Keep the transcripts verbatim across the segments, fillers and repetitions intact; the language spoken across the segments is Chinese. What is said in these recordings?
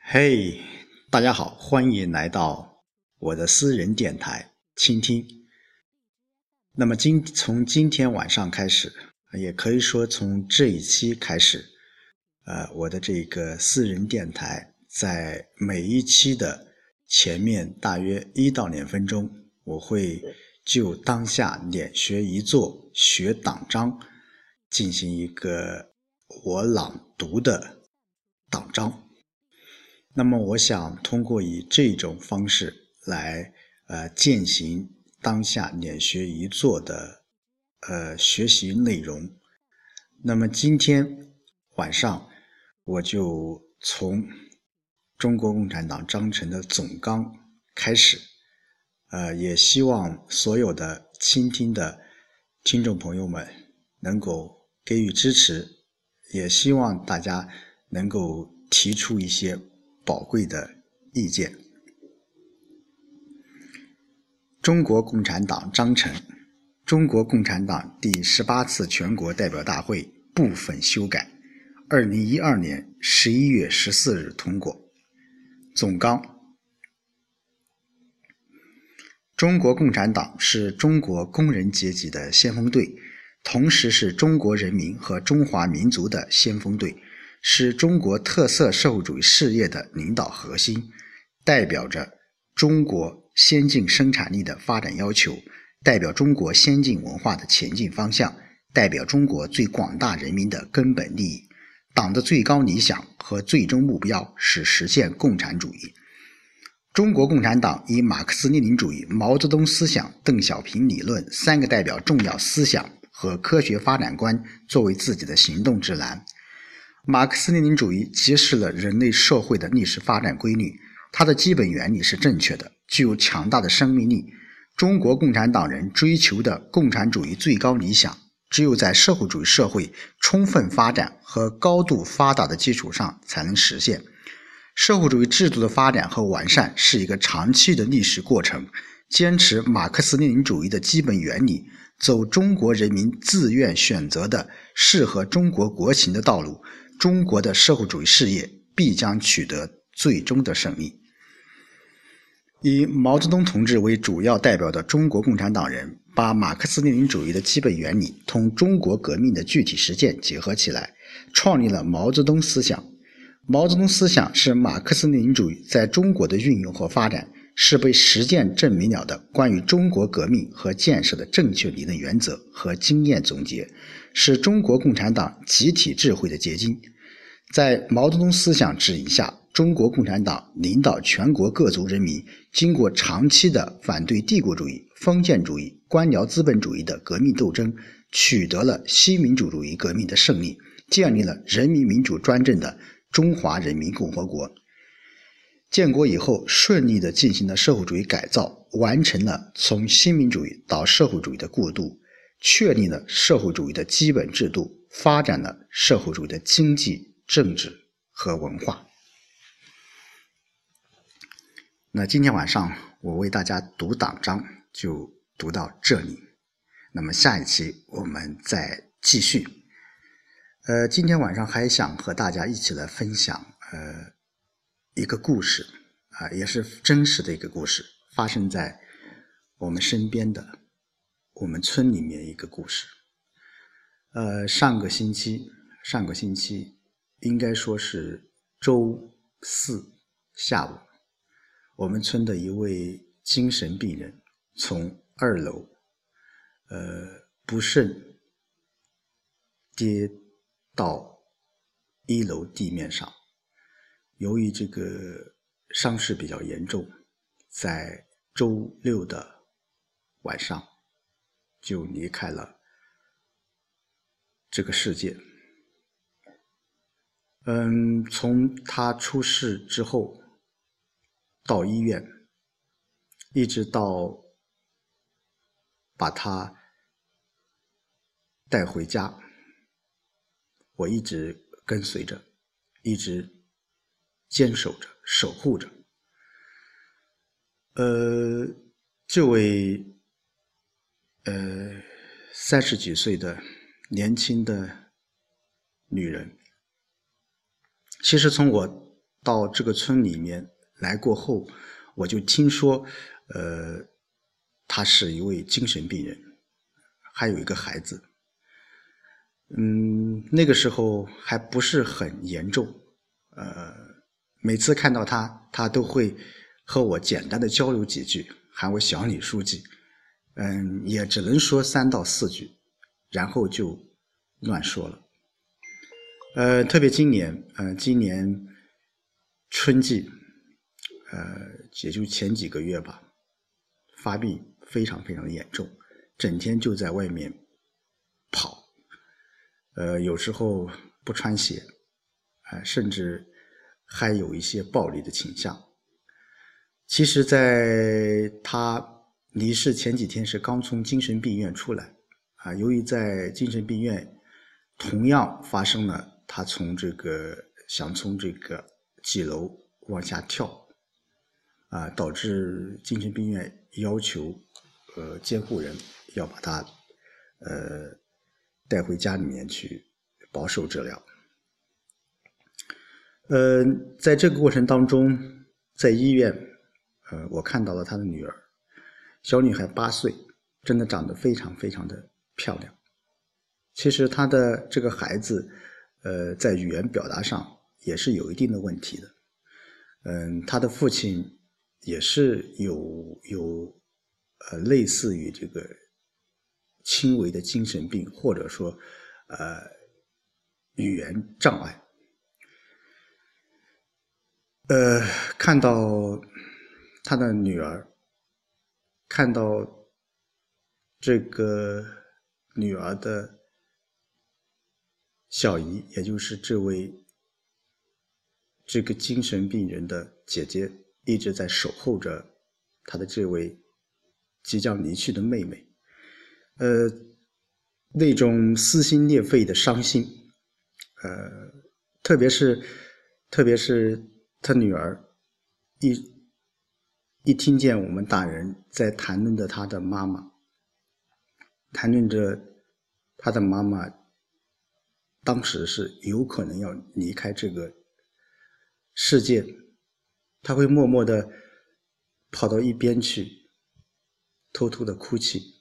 嘿，大家好，欢迎来到我的私人电台倾听。那么今从今天晚上开始，也可以说从这一期开始，呃，我的这个私人电台在每一期的前面大约一到两分钟，我会就当下脸学一做学党章进行一个我朗读的党章。那么我想通过以这种方式来呃践行当下脸学一做的呃学习内容。那么今天晚上我就从中国共产党章程的总纲开始，呃也希望所有的倾听的听众朋友们能够给予支持，也希望大家能够提出一些宝贵的意见。中国共产党章程，中国共产党第十八次全国代表大会部分修改，二零一二年十一月十四日通过。总纲：中国共产党是中国工人阶级的先锋队，同时是中国人民和中华民族的先锋队，是中国特色社会主义事业的领导核心，代表着中国先进生产力的发展要求，代表中国先进文化的前进方向，代表中国最广大人民的根本利益。党的最高理想和最终目标是实现共产主义。中国共产党以马克思列宁主义、毛泽东思想、邓小平理论三个代表重要思想和科学发展观作为自己的行动指南。马克思列宁主义揭示了人类社会的历史发展规律，它的基本原理是正确的，具有强大的生命力。中国共产党人追求的共产主义最高理想，只有在社会主义社会充分发展和高度发达的基础上才能实现。社会主义制度的发展和完善是一个长期的历史过程，坚持马克思列宁主义的基本原理，走中国人民自愿选择的适合中国国情的道路，中国的社会主义事业必将取得最终的胜利。以毛泽东同志为主要代表的中国共产党人，把马克思列宁主义的基本原理同中国革命的具体实践结合起来，创立了毛泽东思想。毛泽东思想是马克思列宁主义在中国的运用和发展，是被实践证明了的关于中国革命和建设的正确理论原则和经验总结，是中国共产党集体智慧的结晶。在毛泽东思想指引下，中国共产党领导全国各族人民，经过长期的反对帝国主义、封建主义、官僚资本主义的革命斗争，取得了新民主主义革命的胜利，建立了人民民主专政的中华人民共和国。建国以后，顺利地进行了社会主义改造，完成了从新民主义到社会主义的过渡，确立了社会主义的基本制度，发展了社会主义的经济、政治和文化。那今天晚上我为大家读党章就读到这里，那么下一期我们再继续。呃，今天晚上还想和大家一起来分享呃一个故事啊、呃，也是真实的一个故事，发生在我们身边的我们村里面一个故事。呃，上个星期上个星期应该说是周四下午，我们村的一位精神病人从二楼呃不慎跌到一楼地面上，由于这个伤势比较严重，在周六的晚上就离开了这个世界。嗯，从他出事之后到医院，一直到把他带回家，我一直跟随着，一直坚守着，守护着。呃，这位呃三十几岁的年轻的女人，其实从我到这个村里面来过后，我就听说，呃，他是一位精神病人，还有一个孩子。嗯，那个时候还不是很严重，呃，每次看到他，他都会和我简单的交流几句，喊我小李书记，嗯，也只能说三到四句，然后就乱说了。呃，特别今年，呃，今年春季，呃，也就前几个月吧，发病非常非常的严重，整天就在外面跑，呃，有时候不穿鞋，啊、呃，甚至还有一些暴力的倾向。其实，在他离世前几天是刚从精神病院出来，啊，由于在精神病院同样发生了他从这个想从这个几楼往下跳，啊，导致精神病院要求呃监护人要把他呃带回家里面去保守治疗。呃，在这个过程当中，在医院，呃，我看到了他的女儿，小女孩八岁，真的长得非常非常的漂亮。其实他的这个孩子，呃，在语言表达上也是有一定的问题的。嗯，他的父亲也是有有呃类似于这个轻微的精神病，或者说呃语言障碍。呃，看到他的女儿，看到这个女儿的小姨，也就是这位这个精神病人的姐姐，一直在守候着他的这位即将离去的妹妹，呃，那种撕心裂肺的伤心，呃，特别是特别是他女儿一一听见我们大人在谈论着他的妈妈，谈论着他的妈妈当时是有可能要离开这个世界，他会默默地跑到一边去，偷偷地哭泣。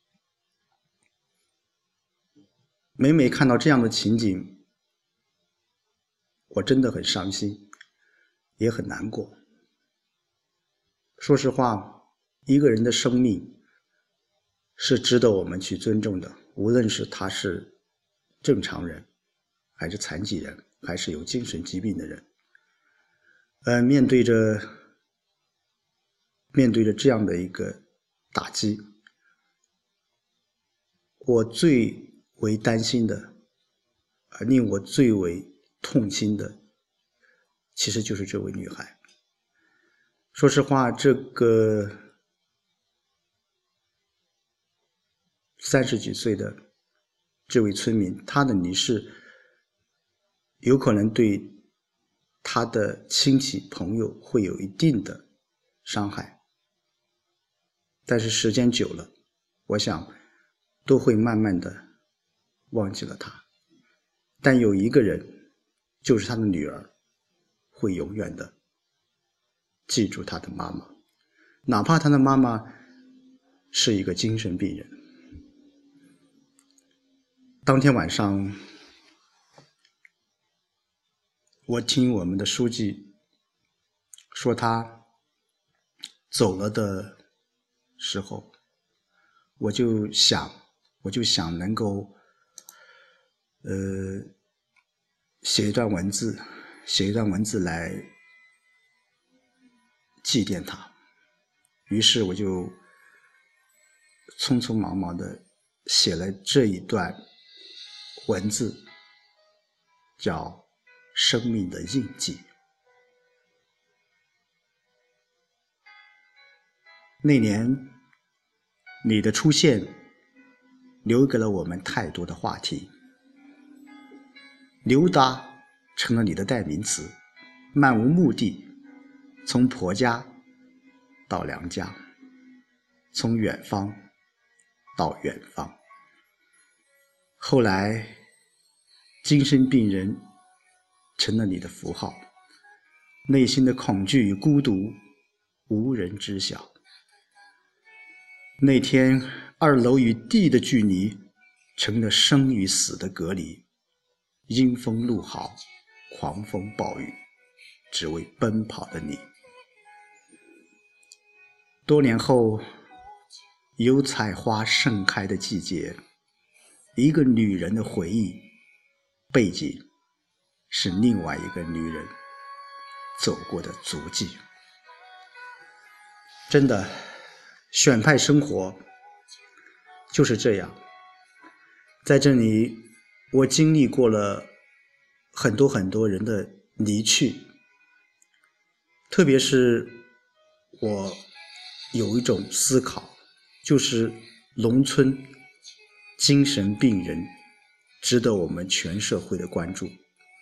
每每看到这样的情景，我真的很伤心，也很难过。说实话，一个人的生命是值得我们去尊重的，无论是他是正常人，还是残疾人，还是有精神疾病的人。呃，面对着面对着这样的一个打击，我最为担心的，呃，令我最为痛心的，其实就是这位女孩。说实话，这个三十几岁的这位村民，他的离世有可能对他的亲戚朋友会有一定的伤害，但是时间久了，我想都会慢慢的忘记了他。但有一个人，就是他的女儿，会永远的记住他的妈妈，哪怕他的妈妈是一个精神病人。当天晚上，我听我们的书记说他走了的时候，我就想，我就想能够，呃，写一段文字，写一段文字来祭奠他。于是我就匆匆忙忙的写了这一段文字，叫《生命的印记》。那年你的出现留给了我们太多的话题，溜达成了你的代名词，漫无目的，从婆家到娘家，从远方到远方。后来精神病人成了你的符号， 内心的恐惧与孤独无人知晓。那天二楼与地的距离成了生与死的隔离，阴风怒号，狂风暴雨，只为奔跑的你。多年后，油菜花盛开的季节，一个女人的回忆，背景是另外一个女人走过的足迹。真的，选派生活就是这样。在这里，我经历过了很多很多人的离去，特别是我有一种思考，就是农村精神病人值得我们全社会的关注。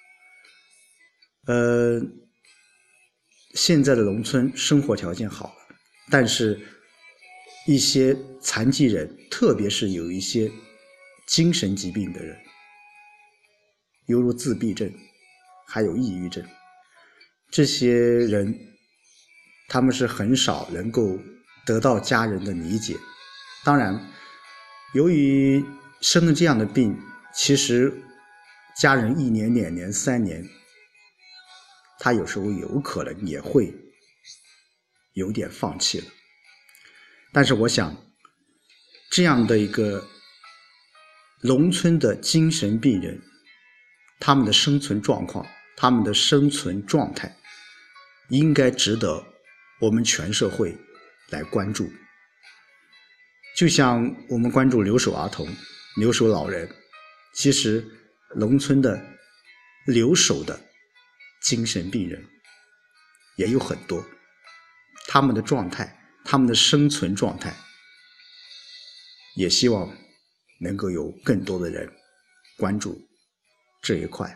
呃，现在的农村生活条件好了，但是一些残疾人，特别是有一些精神疾病的人，犹如自闭症，还有抑郁症，这些人他们是很少能够得到家人的理解。当然，由于生了这样的病，其实家人一年、两年、三年，他有时候有可能也会有点放弃了。但是我想，这样的一个农村的精神病人，他们的生存状况，他们的生存状态，应该值得我们全社会来关注。就像我们关注留守儿童、留守老人，其实农村的留守的精神病人也有很多，他们的状态，他们的生存状态，也希望能够有更多的人关注这一块。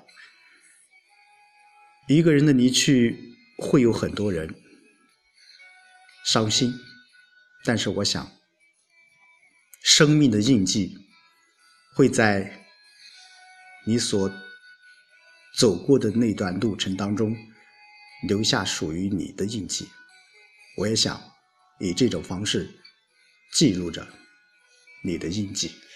一个人的离去会有很多人伤心，但是我想生命的印记会在你所走过的那段路程当中留下属于你的印记。我也想以这种方式记录着你的印记。